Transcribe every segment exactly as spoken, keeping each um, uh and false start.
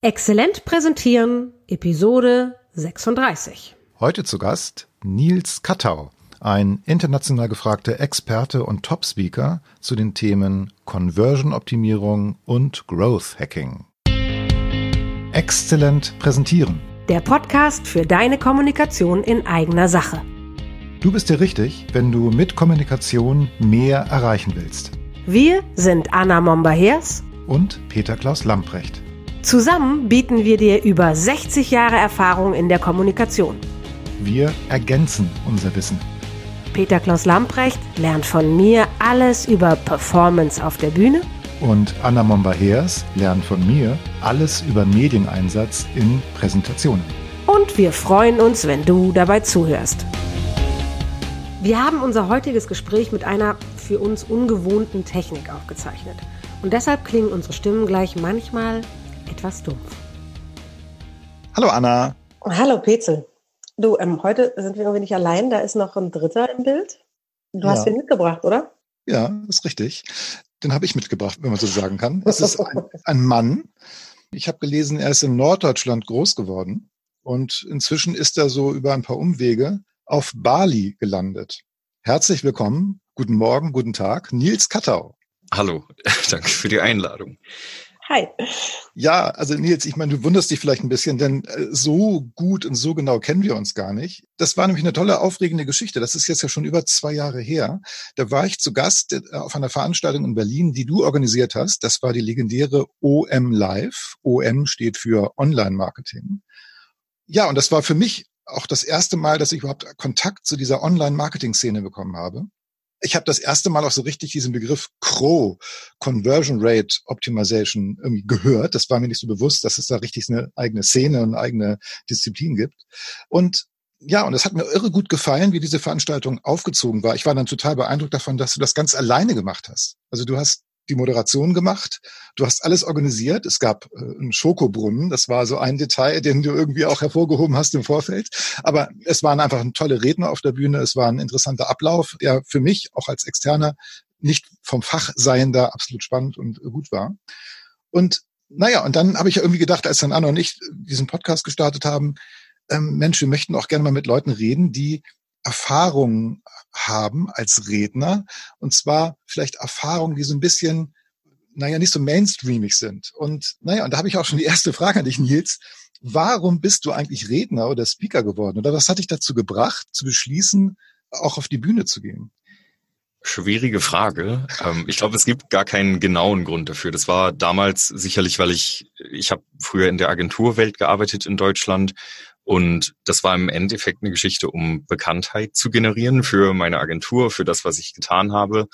Exzellent präsentieren, Episode sechsunddreißig. Heute zu Gast Nils Kattau, ein international gefragter Experte und Top-Speaker zu den Themen Conversion-Optimierung und Growth-Hacking. Exzellent präsentieren. Der Podcast für deine Kommunikation in eigener Sache. Du bist dir richtig, wenn du mit Kommunikation mehr erreichen willst. Wir sind Anna Momba-Hers und Peter Klaus Lamprecht. Zusammen bieten wir dir über sechzig Jahre Erfahrung in der Kommunikation. Wir ergänzen unser Wissen. Peter Klaus Lamprecht lernt von mir alles über Performance auf der Bühne. Und Anna Momba-Hers lernt von mir alles über Medieneinsatz in Präsentationen. Und wir freuen uns, wenn du dabei zuhörst. Wir haben unser heutiges Gespräch mit einer für uns ungewohnten Technik aufgezeichnet. Und deshalb klingen unsere Stimmen gleich manchmal etwas dumpf. Hallo Anna. Hallo Petzel. Du, ähm, heute sind wir irgendwie nicht allein, da ist noch ein Dritter im Bild. Du Ja. hast ihn mitgebracht, oder? Ja, ist richtig. Den habe ich mitgebracht, wenn man so sagen kann. Es ist ein, ein Mann. Ich habe gelesen, er ist in Norddeutschland groß geworden und inzwischen ist er so über ein paar Umwege auf Bali gelandet. Herzlich willkommen, guten Morgen, guten Tag, Nils Kattau. Hallo, danke für die Einladung. Hi. Ja, also Nils, ich meine, du wunderst dich vielleicht ein bisschen, denn äh, so gut und so genau kennen wir uns gar nicht. Das war nämlich eine tolle, aufregende Geschichte. Das ist jetzt ja schon über zwei Jahre her. Da war ich zu Gast äh, auf einer Veranstaltung in Berlin, die du organisiert hast. Das war die legendäre O M Live. O M steht für Online-Marketing. Ja, und das war für mich auch das erste Mal, dass ich überhaupt Kontakt zu dieser Online-Marketing-Szene bekommen habe. Ich habe das erste Mal auch so richtig diesen Begriff C R O, Conversion Rate Optimization, irgendwie gehört. Das war mir nicht so bewusst, dass es da richtig eine eigene Szene und eine eigene Disziplin gibt. Und ja, und es hat mir irre gut gefallen, wie diese Veranstaltung aufgezogen war. Ich war dann total beeindruckt davon, dass du das ganz alleine gemacht hast. Also du hast die Moderation gemacht, du hast alles organisiert. Es gab äh, einen Schokobrunnen, das war so ein Detail, den du irgendwie auch hervorgehoben hast im Vorfeld. Aber es waren einfach tolle Redner auf der Bühne, es war ein interessanter Ablauf, der für mich auch als Externer nicht vom Fachseiender absolut spannend und äh, gut war. Und naja, und dann habe ich ja irgendwie gedacht, als dann Anna und ich diesen Podcast gestartet haben, ähm, Mensch, wir möchten auch gerne mal mit Leuten reden, die Erfahrungen haben als Redner, und zwar vielleicht Erfahrungen, die so ein bisschen, naja, nicht so mainstreamig sind. Und naja, und da habe ich auch schon die erste Frage an dich, Nils. Warum bist du eigentlich Redner oder Speaker geworden? Oder was hat dich dazu gebracht, zu beschließen, auch auf die Bühne zu gehen? Schwierige Frage. Ähm, ich glaube, es gibt gar keinen genauen Grund dafür. Das war damals sicherlich, weil ich, ich habe früher in der Agenturwelt gearbeitet in Deutschland. Und das war im Endeffekt eine Geschichte, um Bekanntheit zu generieren für meine Agentur, für das, was ich getan habe.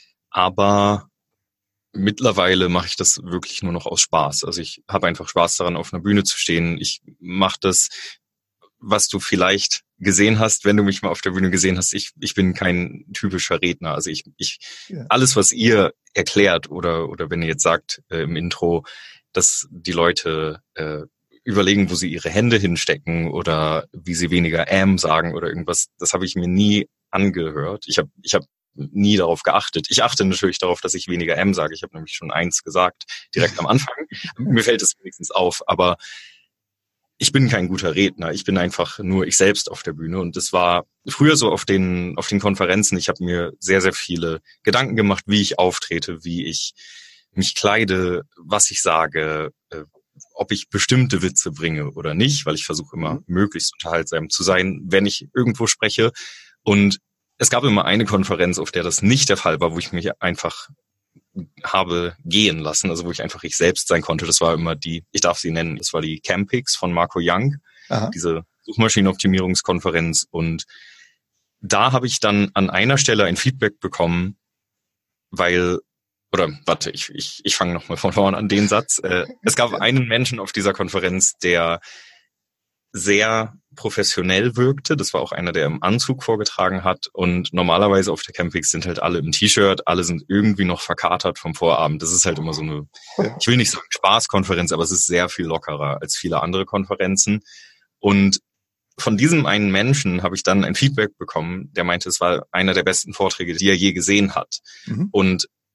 Aber mittlerweile mache ich das wirklich nur noch aus Spaß. Also ich habe einfach Spaß daran, auf einer Bühne zu stehen. Ich mache das, was du vielleicht gesehen hast, wenn du mich mal auf der Bühne gesehen hast. Ich, ich bin kein typischer Redner. Also ich, ich, ja. Alles, was ihr erklärt oder, oder wenn ihr jetzt sagt äh, im Intro, dass die Leute äh, überlegen, wo sie ihre Hände hinstecken oder wie sie weniger am sagen oder irgendwas, das habe ich mir nie angehört. Ich habe ich hab nie darauf geachtet. Ich achte natürlich darauf, dass ich weniger am sage. Ich habe nämlich schon eins gesagt, direkt am Anfang. Mir fällt es wenigstens auf, aber ich bin kein guter Redner. Ich bin einfach nur ich selbst auf der Bühne. Und das war früher so auf den auf den Konferenzen. Ich habe mir sehr, sehr viele Gedanken gemacht, wie ich auftrete, wie ich mich kleide, was ich sage, ob ich bestimmte Witze bringe oder nicht, weil ich versuche immer möglichst unterhaltsam zu sein, wenn ich irgendwo spreche. Und es gab immer eine Konferenz, auf der das nicht der Fall war, wo ich mich einfach habe gehen lassen, also wo ich einfach ich selbst sein konnte. Das war immer die, ich darf sie nennen, das war die Campix von Marco Young, Aha. diese Suchmaschinenoptimierungskonferenz. Und da habe ich dann an einer Stelle ein Feedback bekommen, weil Oder warte, ich ich ich fange nochmal von vorne an den Satz. Äh, es gab einen Menschen auf dieser Konferenz, der sehr professionell wirkte. Das war auch einer, der im Anzug vorgetragen hat. Und normalerweise auf der Campix sind halt alle im T-Shirt, alle sind irgendwie noch verkatert vom Vorabend. Das ist halt immer so eine, ich will nicht sagen Spaßkonferenz, aber es ist sehr viel lockerer als viele andere Konferenzen. Und von diesem einen Menschen habe ich dann ein Feedback bekommen, der meinte, es war einer der besten Vorträge, die er je gesehen hat. Mhm. Und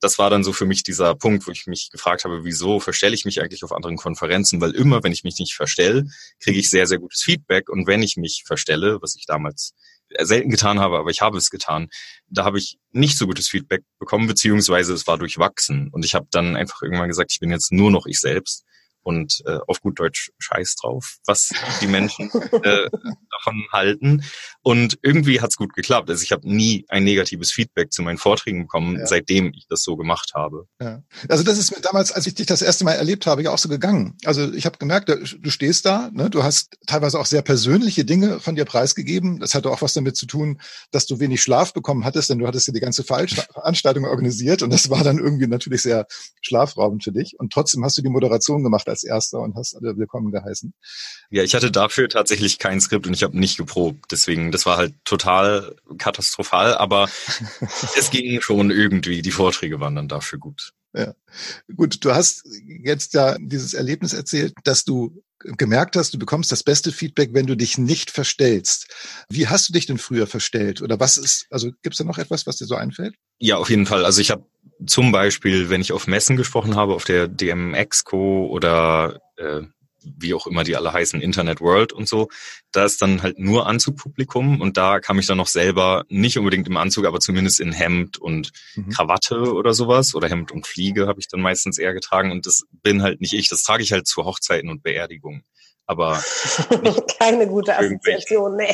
das war dann so für mich dieser Punkt, wo ich mich gefragt habe, wieso verstelle ich mich eigentlich auf anderen Konferenzen? Weil immer, wenn ich mich nicht verstelle, kriege ich sehr, sehr gutes Feedback. Und wenn ich mich verstelle, was ich damals selten getan habe, aber ich habe es getan, da habe ich nicht so gutes Feedback bekommen, beziehungsweise es war durchwachsen. Und ich habe dann einfach irgendwann gesagt, ich bin jetzt nur noch ich selbst und äh, auf gut Deutsch scheiß drauf, was die Menschen äh, davon halten. Und irgendwie hat's gut geklappt. Also ich habe nie ein negatives Feedback zu meinen Vorträgen bekommen, ja. seitdem ich das so gemacht habe. Ja. Also das ist mir damals, als ich dich das erste Mal erlebt habe, ja auch so gegangen. Also ich habe gemerkt, du stehst da, ne? Du hast teilweise auch sehr persönliche Dinge von dir preisgegeben. Das hatte auch was damit zu tun, dass du wenig Schlaf bekommen hattest, denn du hattest ja die ganze Veranstaltung organisiert und das war dann irgendwie natürlich sehr schlafraubend für dich. Und trotzdem hast du die Moderation gemacht als Erster und hast alle willkommen geheißen. Ja, ich hatte dafür tatsächlich kein Skript und ich habe nicht geprobt. Deswegen, das war halt total katastrophal, aber es ging schon irgendwie. Die Vorträge waren dann dafür gut. Ja, gut. Du hast jetzt ja dieses Erlebnis erzählt, dass du gemerkt hast, du bekommst das beste Feedback, wenn du dich nicht verstellst. Wie hast du dich denn früher verstellt? Oder was ist, also gibt es da noch etwas, was dir so einfällt? Ja, auf jeden Fall. Also ich habe zum Beispiel, wenn ich auf Messen gesprochen habe, auf der D M Exco oder äh, wie auch immer die alle heißen, Internet World und so, da ist dann halt nur Anzugpublikum und da kam ich dann noch selber nicht unbedingt im Anzug, aber zumindest in Hemd und mhm. Krawatte oder sowas oder Hemd und Fliege habe ich dann meistens eher getragen und das bin halt nicht ich, das trage ich halt zu Hochzeiten und Beerdigungen. Aber keine gute Assoziation, nee.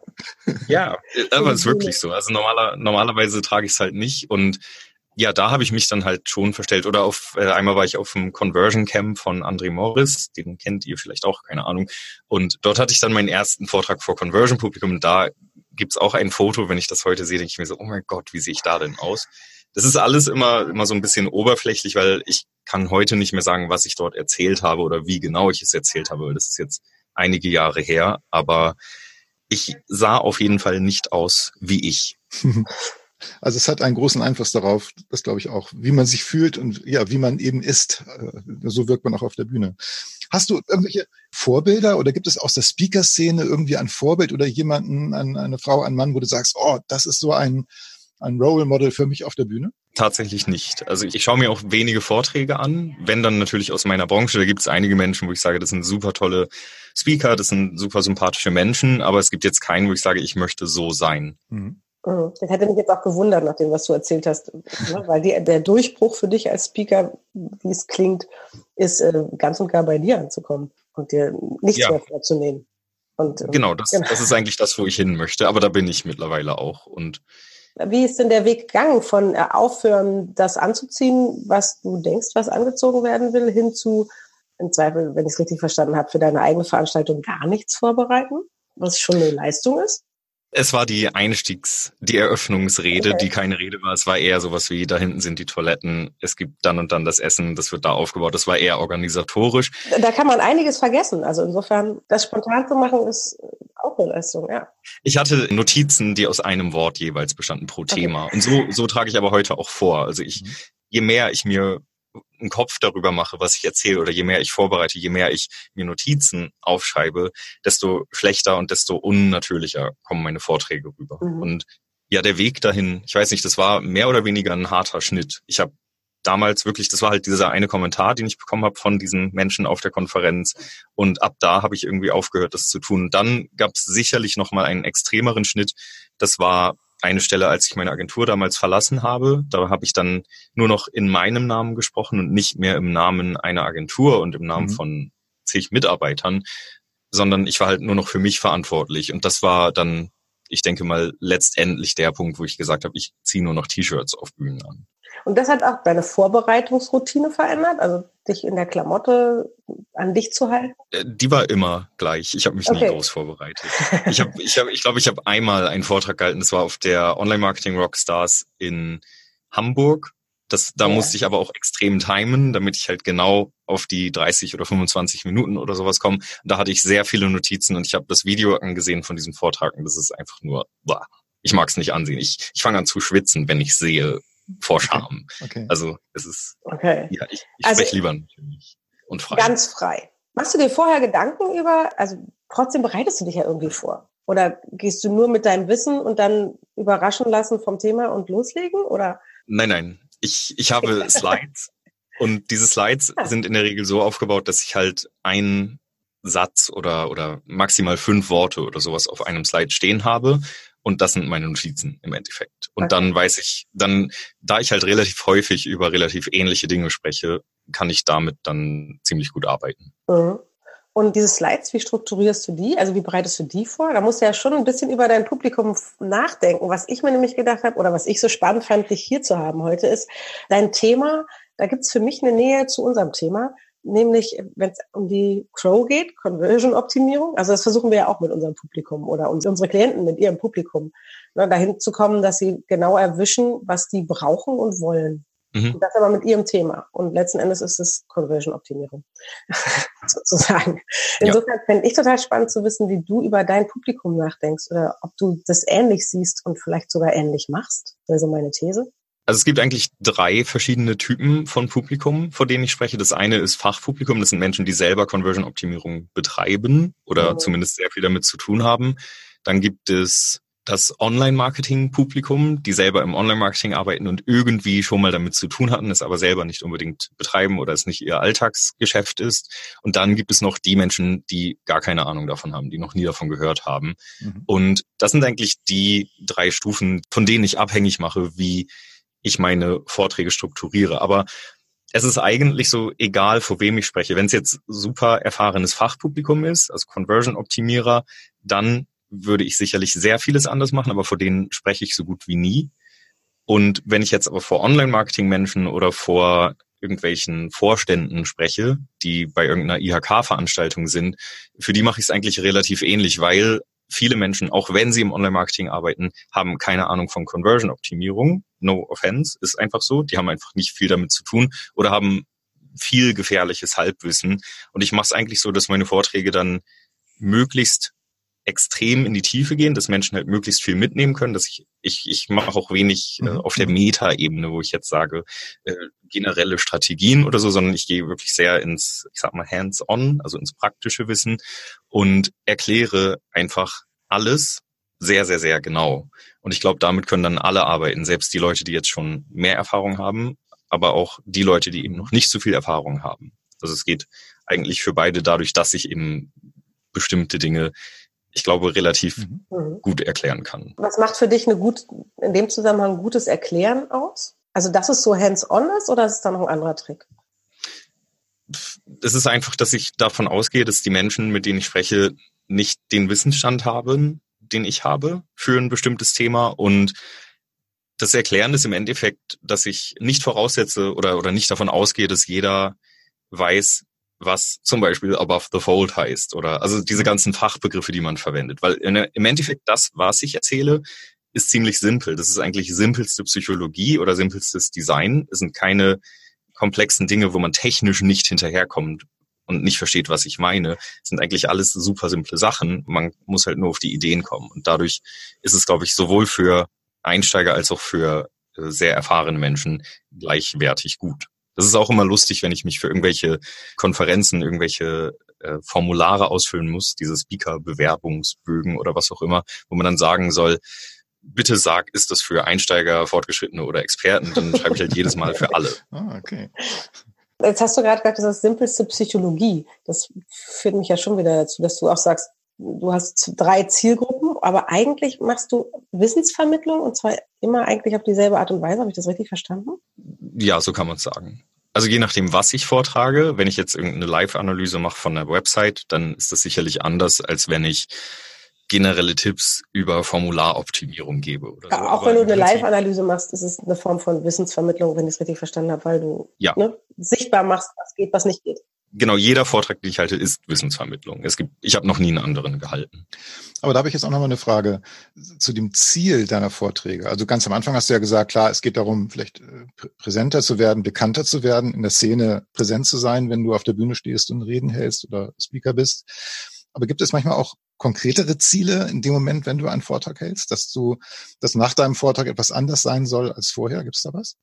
Ja, aber es ist wirklich so. Also normaler, normalerweise trage ich es halt nicht und ja, da habe ich mich dann halt schon verstellt. Oder auf äh, einmal war ich auf dem Conversion Camp von André Morris, den kennt ihr vielleicht auch, keine Ahnung. Und dort hatte ich dann meinen ersten Vortrag vor Conversion-Publikum. Und da gibt's auch ein Foto, wenn ich das heute sehe, denke ich mir so, oh mein Gott, wie sehe ich da denn aus? Das ist alles immer immer so ein bisschen oberflächlich, weil ich kann heute nicht mehr sagen, was ich dort erzählt habe oder wie genau ich es erzählt habe, weil das ist jetzt einige Jahre her. Aber ich sah auf jeden Fall nicht aus wie ich. Also es hat einen großen Einfluss darauf, das glaube ich auch, wie man sich fühlt und ja, wie man eben ist. So wirkt man auch auf der Bühne. Hast du irgendwelche Vorbilder oder gibt es aus der Speaker-Szene irgendwie ein Vorbild oder jemanden, eine Frau, einen Mann, wo du sagst, oh, das ist so ein, ein Role Model für mich auf der Bühne? Tatsächlich nicht. Also ich schaue mir auch wenige Vorträge an, wenn dann natürlich aus meiner Branche. Da gibt es einige Menschen, wo ich sage, das sind super tolle Speaker, das sind super sympathische Menschen, aber es gibt jetzt keinen, wo ich sage, ich möchte so sein. Mhm. Das hätte mich jetzt auch gewundert, nach dem, was du erzählt hast, ne? Weil die, der Durchbruch für dich als Speaker, wie es klingt, ist äh, ganz und gar bei dir anzukommen und dir nichts ja. mehr vorzunehmen. Und, ähm, genau, das, genau, das ist eigentlich das, wo ich hin möchte, aber da bin ich mittlerweile auch. Und wie ist denn der Weg gegangen von äh, aufhören, das anzuziehen, was du denkst, was angezogen werden will, hin zu, im Zweifel, wenn ich es richtig verstanden habe, für deine eigene Veranstaltung gar nichts vorbereiten, was schon eine Leistung ist? Es war die Einstiegs-, die Eröffnungsrede, okay. die keine Rede war. Es war eher sowas wie, da hinten sind die Toiletten, es gibt dann und dann das Essen, das wird da aufgebaut. Das war eher organisatorisch. Da kann man einiges vergessen. Also insofern, das spontan zu machen, ist auch eine Leistung, ja. Ich hatte Notizen, die aus einem Wort jeweils bestanden pro Thema. Okay. Und so, so trage ich aber heute auch vor. Also ich, je mehr ich mir einen Kopf darüber mache, was ich erzähle, oder je mehr ich vorbereite, je mehr ich mir Notizen aufschreibe, desto schlechter und desto unnatürlicher kommen meine Vorträge rüber. Mhm. Und ja, der Weg dahin, ich weiß nicht, das war mehr oder weniger ein harter Schnitt. Ich habe damals wirklich, das war halt dieser eine Kommentar, den ich bekommen habe von diesen Menschen auf der Konferenz. Und ab da habe ich irgendwie aufgehört, das zu tun. Dann gab es sicherlich noch mal einen extremeren Schnitt. Das war eine Stelle, als ich meine Agentur damals verlassen habe. Da habe ich dann nur noch in meinem Namen gesprochen und nicht mehr im Namen einer Agentur und im Namen mhm. von zig Mitarbeitern, sondern ich war halt nur noch für mich verantwortlich. Und das war dann, ich denke mal, letztendlich der Punkt, wo ich gesagt habe, ich ziehe nur noch T-Shirts auf Bühnen an. Und das hat auch deine Vorbereitungsroutine verändert? Also dich in der Klamotte an dich zu halten? Die war immer gleich. Ich habe mich okay. nie groß vorbereitet. Ich habe, ich habe, ich glaube, ich habe einmal einen Vortrag gehalten. Das war auf der Online-Marketing Rockstars in Hamburg. Das, da ja. musste ich aber auch extrem timen, damit ich halt genau auf die dreißig oder fünfundzwanzig Minuten oder sowas komme. Und da hatte ich sehr viele Notizen und ich habe das Video angesehen von diesem Vortrag und das ist einfach nur, boah, ich mag es nicht ansehen. Ich, ich fange an zu schwitzen, wenn ich sehe, vor Scham. Okay. Okay. Also es ist, okay. ja, ich, ich also, spreche lieber natürlich und frei. Ganz frei. Machst du dir vorher Gedanken über, also trotzdem bereitest du dich ja irgendwie vor? Oder gehst du nur mit deinem Wissen und dann überraschen lassen vom Thema und loslegen? Oder? Nein, nein. Ich, ich habe Slides und diese Slides sind in der Regel so aufgebaut, dass ich halt einen Satz oder, oder maximal fünf Worte oder sowas auf einem Slide stehen habe. Und das sind meine Notizen im Endeffekt. Und okay. Dann weiß ich, dann, da ich halt relativ häufig über relativ ähnliche Dinge spreche, kann ich damit dann ziemlich gut arbeiten. Mhm. Und diese Slides, wie strukturierst du die? Also wie bereitest du die vor? Da musst du ja schon ein bisschen über dein Publikum nachdenken. Was ich mir nämlich gedacht habe oder was ich so spannend fand, dich hier zu haben heute, ist dein Thema. Da gibt's für mich eine Nähe zu unserem Thema, nämlich wenn es um die Crow geht, Conversion-Optimierung. Also das versuchen wir ja auch mit unserem Publikum oder unsere Klienten mit ihrem Publikum, ne, dahin zu kommen, dass sie genau erwischen, was die brauchen und wollen. Mhm. Und das aber mit ihrem Thema. Und letzten Endes ist es Conversion-Optimierung, sozusagen. Insofern ja. Fände ich total spannend zu wissen, wie du über dein Publikum nachdenkst oder ob du das ähnlich siehst und vielleicht sogar ähnlich machst. Das ist so meine These. Also es gibt eigentlich drei verschiedene Typen von Publikum, vor denen ich spreche. Das eine ist Fachpublikum. Das sind Menschen, die selber Conversion-Optimierung betreiben oder mhm. zumindest sehr viel damit zu tun haben. Dann gibt es das Online-Marketing-Publikum, die selber im Online-Marketing arbeiten und irgendwie schon mal damit zu tun hatten, es aber selber nicht unbedingt betreiben oder es nicht ihr Alltagsgeschäft ist. Und dann gibt es noch die Menschen, die gar keine Ahnung davon haben, die noch nie davon gehört haben. Mhm. Und das sind eigentlich die drei Stufen, von denen ich abhängig mache, wie ich meine Vorträge strukturiere. Aber es ist eigentlich so egal, vor wem ich spreche. Wenn es jetzt super erfahrenes Fachpublikum ist, also Conversion-Optimierer, dann würde ich sicherlich sehr vieles anders machen, aber vor denen spreche ich so gut wie nie. Und wenn ich jetzt aber vor Online-Marketing-Menschen oder vor irgendwelchen Vorständen spreche, die bei irgendeiner I H K-Veranstaltung sind, für die mache ich es eigentlich relativ ähnlich, weil viele Menschen, auch wenn sie im Online-Marketing arbeiten, haben keine Ahnung von Conversion-Optimierung. No offense, ist einfach so. Die haben einfach nicht viel damit zu tun oder haben viel gefährliches Halbwissen. Und ich mache es eigentlich so, dass meine Vorträge dann möglichst extrem in die Tiefe gehen, dass Menschen halt möglichst viel mitnehmen können, dass ich ich ich mache auch wenig äh, auf der Meta-Ebene, wo ich jetzt sage, äh, generelle Strategien oder so, sondern ich gehe wirklich sehr ins, ich sag mal, hands-on, also ins praktische Wissen und erkläre einfach alles sehr, sehr, sehr genau. Und ich glaube, damit können dann alle arbeiten, selbst die Leute, die jetzt schon mehr Erfahrung haben, aber auch die Leute, die eben noch nicht so viel Erfahrung haben. Also es geht eigentlich für beide dadurch, dass ich eben bestimmte Dinge, ich glaube, relativ mhm. gut erklären kann. Was macht für dich eine gut, in dem Zusammenhang gutes Erklären aus? Also, dass es so hands-on ist oder ist es da noch ein anderer Trick? Es ist einfach, dass ich davon ausgehe, dass die Menschen, mit denen ich spreche, nicht den Wissensstand haben, den ich habe für ein bestimmtes Thema. Und das Erklären ist im Endeffekt, dass ich nicht voraussetze oder, oder nicht davon ausgehe, dass jeder weiß, was zum Beispiel above the fold heißt oder also diese ganzen Fachbegriffe, die man verwendet. Weil im Endeffekt das, was ich erzähle, ist ziemlich simpel. Das ist eigentlich simpelste Psychologie oder simpelstes Design. Es sind keine komplexen Dinge, wo man technisch nicht hinterherkommt und nicht versteht, was ich meine. Es sind eigentlich alles super simple Sachen. Man muss halt nur auf die Ideen kommen. Und dadurch ist es, glaube ich, sowohl für Einsteiger als auch für sehr erfahrene Menschen gleichwertig gut. Das ist auch immer lustig, wenn ich mich für irgendwelche Konferenzen, irgendwelche äh, Formulare ausfüllen muss, diese Speaker-Bewerbungsbögen oder was auch immer, wo man dann sagen soll, bitte sag, ist das für Einsteiger, Fortgeschrittene oder Experten? Dann schreibe ich halt jedes Mal für alle. Ah, okay. Jetzt hast du gerade gesagt, das ist simpelste Psychologie. Das führt mich ja schon wieder dazu, dass du auch sagst, du hast drei Zielgruppen, aber eigentlich machst du Wissensvermittlung und zwar immer eigentlich auf dieselbe Art und Weise. Habe ich das richtig verstanden? Ja, so kann man es sagen. Also je nachdem, was ich vortrage, wenn ich jetzt irgendeine Live-Analyse mache von der Website, dann ist das sicherlich anders, als wenn ich generelle Tipps über Formularoptimierung gebe. Oder ja, so. Auch aber wenn du eine Live-Analyse machst, ist es eine Form von Wissensvermittlung, wenn ich es richtig verstanden habe, weil du ja. ne, sichtbar machst, was geht, was nicht geht. Genau, jeder Vortrag, den ich halte, ist Wissensvermittlung. Es gibt, ich habe noch nie einen anderen gehalten. Aber da habe ich jetzt auch noch mal eine Frage zu dem Ziel deiner Vorträge. Also ganz am Anfang hast du ja gesagt, klar, es geht darum, vielleicht präsenter zu werden, bekannter zu werden, in der Szene präsent zu sein, wenn du auf der Bühne stehst und Reden hältst oder Speaker bist. Aber gibt es manchmal auch konkretere Ziele in dem Moment, wenn du einen Vortrag hältst, dass du, dass nach deinem Vortrag etwas anders sein soll als vorher? Gibt es da was?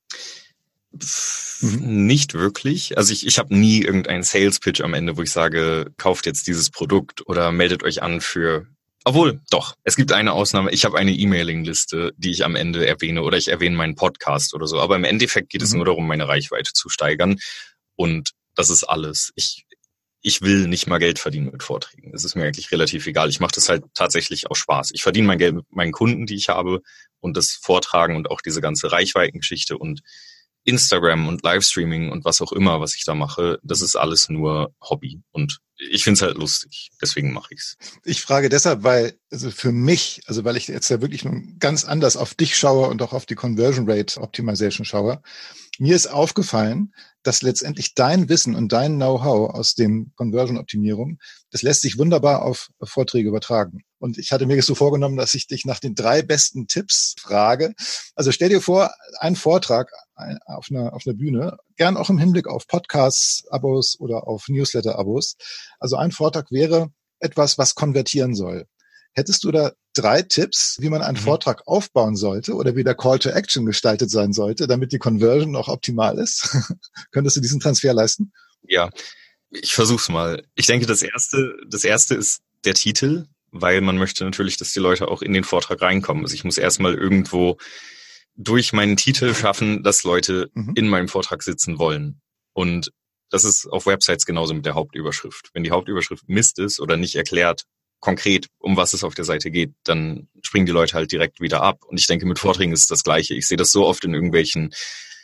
Mhm. Nicht wirklich. Also ich, ich habe nie irgendeinen Sales-Pitch am Ende, wo ich sage, kauft jetzt dieses Produkt oder meldet euch an für Obwohl, doch, es gibt eine Ausnahme. Ich habe eine E-Mailing-Liste, die ich am Ende erwähne oder ich erwähne meinen Podcast oder so. Aber im Endeffekt geht es mhm. nur darum, meine Reichweite zu steigern. Und das ist alles. Ich ich will nicht mal Geld verdienen mit Vorträgen. Es ist mir eigentlich relativ egal. Ich mache das halt tatsächlich aus Spaß. Ich verdiene mein Geld mit meinen Kunden, die ich habe und das Vortragen und auch diese ganze Reichweitengeschichte und Instagram und Livestreaming und was auch immer, was ich da mache, das ist alles nur Hobby und ich finde es halt lustig, deswegen mache ich's. Ich frage deshalb, weil also für mich, also weil ich jetzt ja wirklich nun ganz anders auf dich schaue und auch auf die Conversion Rate Optimization schaue, mir ist aufgefallen, dass letztendlich dein Wissen und dein Know-how aus dem Conversion-Optimierung, das lässt sich wunderbar auf Vorträge übertragen. Und ich hatte mir so vorgenommen, dass ich dich nach den drei besten Tipps frage. Also stell dir vor, ein Vortrag auf einer, auf einer Bühne, gern auch im Hinblick auf Podcasts, Abos oder auf Newsletter-Abos. Also ein Vortrag wäre etwas, was konvertieren soll. Hättest du da drei Tipps, wie man einen mhm. Vortrag aufbauen sollte oder wie der Call to Action gestaltet sein sollte, damit die Conversion auch optimal ist? Könntest du diesen Transfer leisten? Ja, ich versuch's mal. Ich denke, das erste, das erste ist der Titel, weil man möchte natürlich, dass die Leute auch in den Vortrag reinkommen. Also ich muss erstmal irgendwo durch meinen Titel schaffen, dass Leute mhm. in meinem Vortrag sitzen wollen. Und das ist auf Websites genauso mit der Hauptüberschrift. Wenn die Hauptüberschrift Mist ist oder nicht erklärt, konkret, um was es auf der Seite geht, dann springen die Leute halt direkt wieder ab. Und ich denke, mit Vorträgen ist es das Gleiche. Ich sehe das so oft in irgendwelchen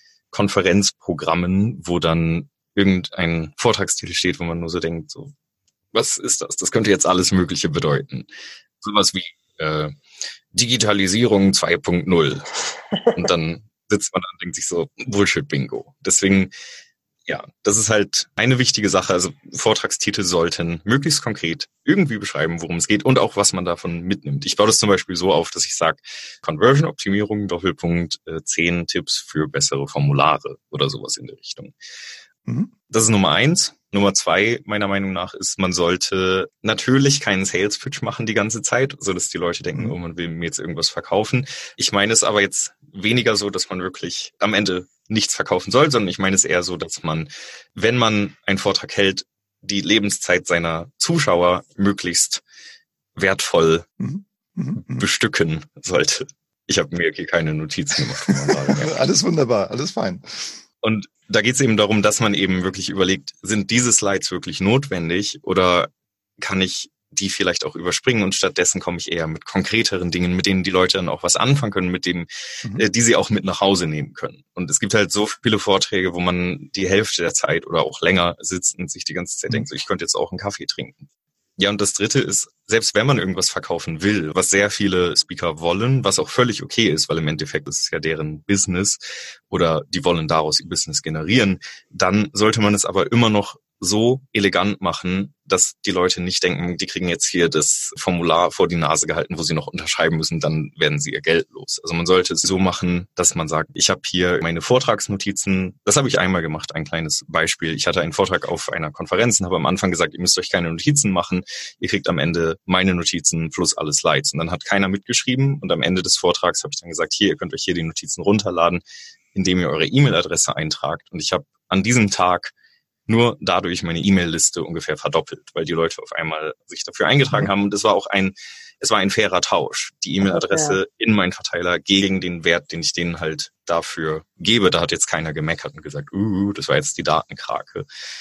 Konferenzprogrammen, wo dann irgendein Vortragstitel steht, wo man nur so denkt, so, was ist das? Das könnte jetzt alles Mögliche bedeuten. Sowas wie äh, Digitalisierung zwei Punkt null. Und dann sitzt man da und denkt sich so, Bullshit-Bingo. Deswegen, ja, das ist halt eine wichtige Sache. Also Vortragstitel sollten möglichst konkret irgendwie beschreiben, worum es geht und auch, was man davon mitnimmt. Ich baue das zum Beispiel so auf, dass ich sage, Conversion-Optimierung, Doppelpunkt, äh, zehn Tipps für bessere Formulare oder sowas in der Richtung. Mhm. Das ist Nummer eins. Nummer zwei, meiner Meinung nach, ist, man sollte natürlich keinen Sales-Pitch machen die ganze Zeit, so dass die Leute denken, mhm. oh, man will mir jetzt irgendwas verkaufen. Ich meine es aber jetzt weniger so, dass man wirklich am Ende nichts verkaufen soll, sondern ich meine es eher so, dass man, wenn man einen Vortrag hält, die Lebenszeit seiner Zuschauer möglichst wertvoll mhm. Mhm. bestücken sollte. Ich habe mir hier keine Notizen gemacht. Alles wunderbar, alles fein. Und da geht es eben darum, dass man eben wirklich überlegt, sind diese Slides wirklich notwendig oder kann ich die vielleicht auch überspringen und stattdessen komme ich eher mit konkreteren Dingen, mit denen die Leute dann auch was anfangen können, mit denen, mhm. äh, die sie auch mit nach Hause nehmen können. Und es gibt halt so viele Vorträge, wo man die Hälfte der Zeit oder auch länger sitzt und sich die ganze Zeit mhm. denkt, so, ich könnte jetzt auch einen Kaffee trinken. Ja, und das Dritte ist, selbst wenn man irgendwas verkaufen will, was sehr viele Speaker wollen, was auch völlig okay ist, weil im Endeffekt ist es ja deren Business oder die wollen daraus ihr Business generieren, dann sollte man es aber immer noch so elegant machen, dass die Leute nicht denken, die kriegen jetzt hier das Formular vor die Nase gehalten, wo sie noch unterschreiben müssen, dann werden sie ihr Geld los. Also man sollte es so machen, dass man sagt, ich habe hier meine Vortragsnotizen. Das habe ich einmal gemacht, ein kleines Beispiel. Ich hatte einen Vortrag auf einer Konferenz und habe am Anfang gesagt, ihr müsst euch keine Notizen machen. Ihr kriegt am Ende meine Notizen plus alle Slides. Und dann hat keiner mitgeschrieben und am Ende des Vortrags habe ich dann gesagt, hier, ihr könnt euch hier die Notizen runterladen, indem ihr eure E-Mail-Adresse eintragt. Und ich habe an diesem Tag nur dadurch meine E-Mail-Liste ungefähr verdoppelt, weil die Leute auf einmal sich dafür eingetragen haben. Und es war auch ein, es war ein fairer Tausch. Die E-Mail-Adresse okay. in meinen Verteiler gegen den Wert, den ich denen halt dafür gebe. Da hat jetzt keiner gemeckert und gesagt, uh, das war jetzt die Datenkrake.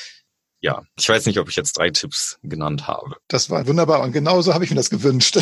Ja, ich weiß nicht, ob ich jetzt drei Tipps genannt habe. Das war wunderbar und genauso habe ich mir das gewünscht.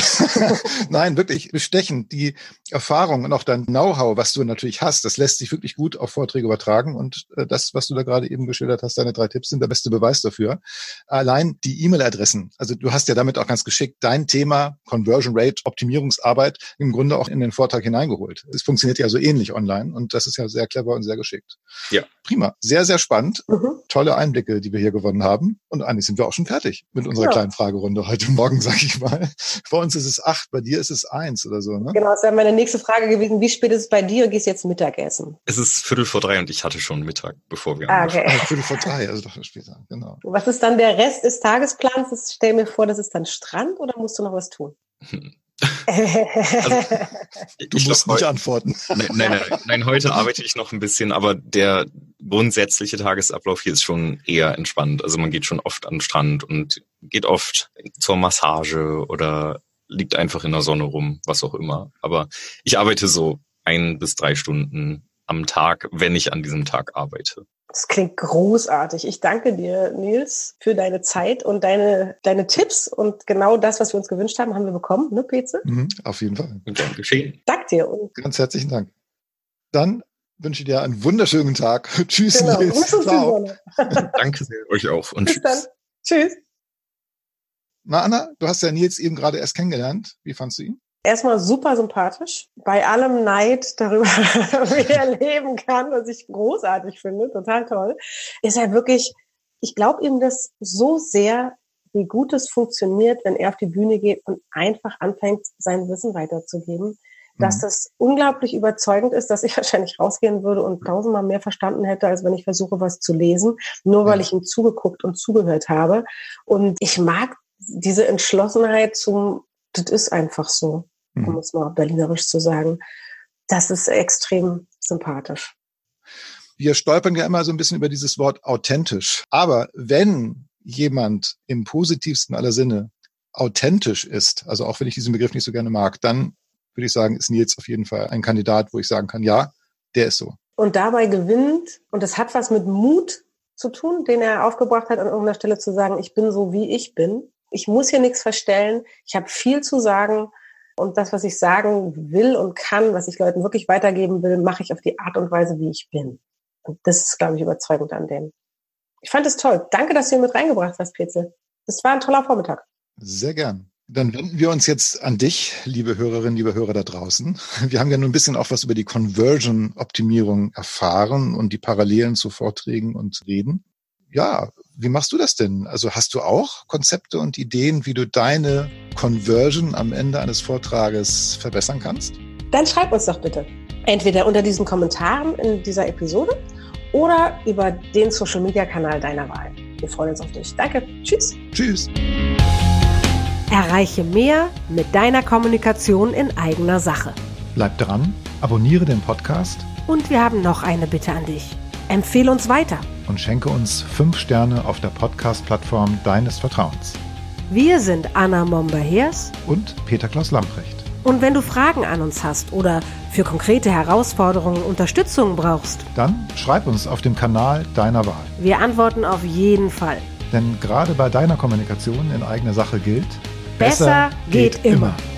Nein, wirklich bestechend. Die Erfahrung und auch dein Know-how, was du natürlich hast, das lässt sich wirklich gut auf Vorträge übertragen und das, was du da gerade eben geschildert hast, deine drei Tipps sind der beste Beweis dafür. Allein die E-Mail-Adressen, also du hast ja damit auch ganz geschickt dein Thema Conversion Rate, Optimierungsarbeit im Grunde auch in den Vortrag hineingeholt. Es funktioniert ja so ähnlich online und das ist ja sehr clever und sehr geschickt. Ja. Prima, sehr, sehr spannend. Mhm. Tolle Einblicke, die wir hier gewonnen haben. Und eigentlich sind wir auch schon fertig mit unserer ja. kleinen Fragerunde heute Morgen, sag ich mal. Bei uns ist es acht, bei dir ist es eins oder so, ne? Genau, das wäre meine nächste Frage gewesen. Wie spät ist es bei dir? Gehst jetzt Mittagessen? Es ist Viertel vor drei und ich hatte schon Mittag, bevor wir ah, okay. ah, Viertel vor drei, also doch später, genau. Was ist dann der Rest des Tagesplans? Ich stell mir vor, das ist dann Strand oder musst du noch was tun? Hm. Also, du musst glaub, nicht antworten. Nein, nein, nein, nein, heute arbeite ich noch ein bisschen, aber der grundsätzliche Tagesablauf hier ist schon eher entspannt. Also man geht schon oft an den Strand und geht oft zur Massage oder liegt einfach in der Sonne rum, was auch immer. Aber ich arbeite so ein bis drei Stunden am Tag, wenn ich an diesem Tag arbeite. Das klingt großartig. Ich danke dir, Nils, für deine Zeit und deine, deine Tipps. Und genau das, was wir uns gewünscht haben, haben wir bekommen, ne, Petze? Mhm, auf jeden Fall. Und dann geschehen. Dank dir. Und ganz herzlichen Dank. Dann wünsche ich dir einen wunderschönen Tag. Tschüss, genau. Nils. Ciao. Danke sehr, euch auch. Und bis tschüss. Dann. Tschüss. Na, Anna, du hast ja Nils eben gerade erst kennengelernt. Wie fandst du ihn? Erstmal super sympathisch. Bei allem Neid darüber, wie er leben kann, was ich großartig finde, total toll, ist er wirklich, ich glaube ihm das so sehr, wie gut es funktioniert, wenn er auf die Bühne geht und einfach anfängt, sein Wissen weiterzugeben, dass mhm. das unglaublich überzeugend ist, dass ich wahrscheinlich rausgehen würde und tausendmal mehr verstanden hätte, als wenn ich versuche, was zu lesen, nur weil ja. ich ihm zugeguckt und zugehört habe. Und ich mag diese Entschlossenheit zum, das ist einfach so. Um es mal berlinerisch zu sagen, das ist extrem sympathisch. Wir stolpern ja immer so ein bisschen über dieses Wort authentisch. Aber wenn jemand im positivsten aller Sinne authentisch ist, also auch wenn ich diesen Begriff nicht so gerne mag, dann würde ich sagen, ist Nils auf jeden Fall ein Kandidat, wo ich sagen kann, ja, der ist so. Und dabei gewinnt, und das hat was mit Mut zu tun, den er aufgebracht hat, an irgendeiner Stelle zu sagen, ich bin so, wie ich bin. Ich muss hier nichts verstellen. Ich habe viel zu sagen. Und das, was ich sagen will und kann, was ich Leuten wirklich weitergeben will, mache ich auf die Art und Weise, wie ich bin. Und das ist, glaube ich, überzeugend an dem. Ich fand es toll. Danke, dass du ihn mit reingebracht hast, Petze. Das war ein toller Vormittag. Sehr gern. Dann wenden wir uns jetzt an dich, liebe Hörerinnen, liebe Hörer da draußen. Wir haben ja nun ein bisschen auch was über die Conversion-Optimierung erfahren und die Parallelen zu Vorträgen und Reden. Ja, wie machst du das denn? Also hast du auch Konzepte und Ideen, wie du deine Conversion am Ende eines Vortrages verbessern kannst? Dann schreib uns doch bitte. Entweder unter diesen Kommentaren in dieser Episode oder über den Social-Media-Kanal deiner Wahl. Wir freuen uns auf dich. Danke. Tschüss. Tschüss. Erreiche mehr mit deiner Kommunikation in eigener Sache. Bleib dran, abonniere den Podcast und wir haben noch eine Bitte an dich. Empfehle uns weiter. Und schenke uns fünf Sterne auf der Podcast-Plattform deines Vertrauens. Wir sind Anna Momber-Hers und Peter Klaus Lamprecht. Und wenn du Fragen an uns hast oder für konkrete Herausforderungen Unterstützung brauchst, dann schreib uns auf dem Kanal deiner Wahl. Wir antworten auf jeden Fall. Denn gerade bei deiner Kommunikation in eigener Sache gilt, besser, besser geht, geht immer. immer.